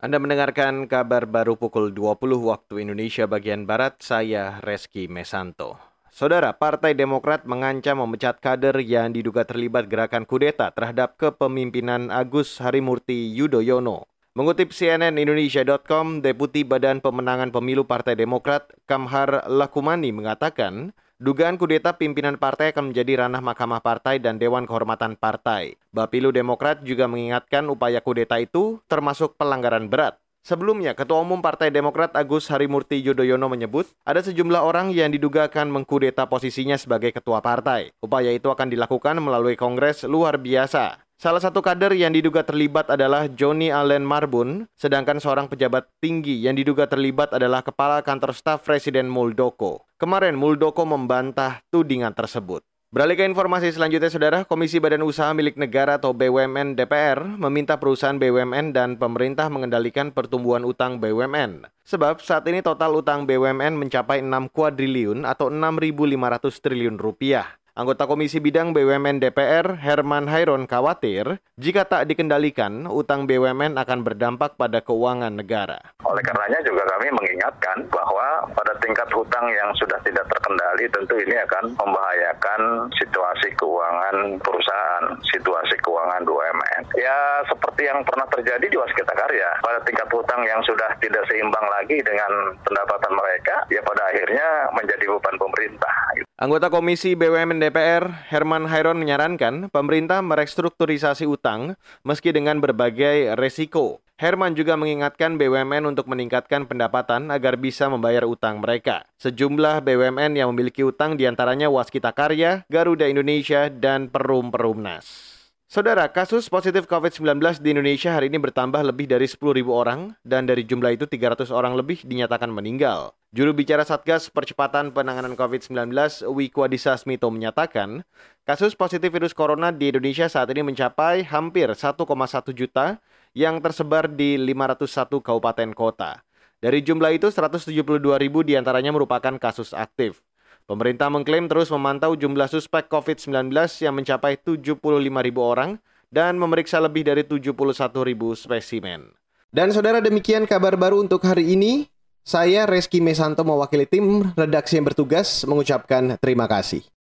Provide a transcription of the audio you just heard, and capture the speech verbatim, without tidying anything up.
Anda mendengarkan kabar baru pukul dua puluh waktu Indonesia bagian Barat, saya Reski Mesanto. Saudara, Partai Demokrat mengancam memecat kader yang diduga terlibat gerakan kudeta terhadap kepemimpinan Agus Harimurti Yudhoyono. Mengutip C N N Indonesia dot com, Deputi Badan Pemenangan Pemilu Partai Demokrat, Kamhar Lakumani mengatakan, dugaan kudeta pimpinan partai akan menjadi ranah Mahkamah Partai dan Dewan Kehormatan Partai. Bapilu Demokrat juga mengingatkan upaya kudeta itu termasuk pelanggaran berat. Sebelumnya, Ketua Umum Partai Demokrat Agus Harimurti Yudhoyono menyebut ada sejumlah orang yang diduga akan mengkudeta posisinya sebagai ketua partai. Upaya itu akan dilakukan melalui kongres luar biasa. Salah satu kader yang diduga terlibat adalah Johnny Allen Marbun, sedangkan seorang pejabat tinggi yang diduga terlibat adalah Kepala Kantor Staf Presiden Muldoko. Kemarin Muldoko membantah tudingan tersebut. Beralih ke informasi selanjutnya, Saudara, Komisi Badan Usaha Milik Negara atau B U M N D P R meminta perusahaan B U M N dan pemerintah mengendalikan pertumbuhan utang B U M N. Sebab saat ini total utang B U M N mencapai enam kuadriliun atau enam ribu lima ratus triliun rupiah. Anggota Komisi Bidang B U M N D P R, Herman Hairon, khawatir jika tak dikendalikan, utang B U M N akan berdampak pada keuangan negara. Oleh karenanya juga kami mengingatkan bahwa pada tingkat hutang yang sudah tidak terkendali, tentu ini akan membahayakan situasi keuangan perusahaan, situasi keuangan B U M N. Ya seperti yang pernah terjadi di Waskita Karya, pada tingkat hutang yang sudah tidak seimbang lagi dengan pendapatan mereka, ya pada akhirnya menjadi beban pemerintah. Anggota Komisi B U M N D P R, Herman Hairon menyarankan pemerintah merestrukturisasi utang meski dengan berbagai resiko. Herman juga mengingatkan B U M N untuk meningkatkan pendapatan agar bisa membayar utang mereka. Sejumlah B U M N yang memiliki utang diantaranya Waskita Karya, Garuda Indonesia, dan Perum Perumnas. Saudara, kasus positif covid sembilan belas di Indonesia hari ini bertambah lebih dari sepuluh ribu orang dan dari jumlah itu tiga ratus orang lebih dinyatakan meninggal. Juru bicara Satgas Percepatan Penanganan covid sembilan belas, Wiku Adhisa Smito menyatakan, kasus positif virus corona di Indonesia saat ini mencapai hampir satu koma satu juta yang tersebar di lima ratus satu kabupaten kota. Dari jumlah itu seratus tujuh puluh dua ribu diantaranya merupakan kasus aktif. Pemerintah mengklaim terus memantau jumlah suspek covid sembilan belas yang mencapai tujuh puluh lima ribu orang dan memeriksa lebih dari tujuh puluh satu ribu spesimen. Dan saudara, demikian kabar baru untuk hari ini. Saya Reski Mesanto mewakili tim redaksi yang bertugas mengucapkan terima kasih.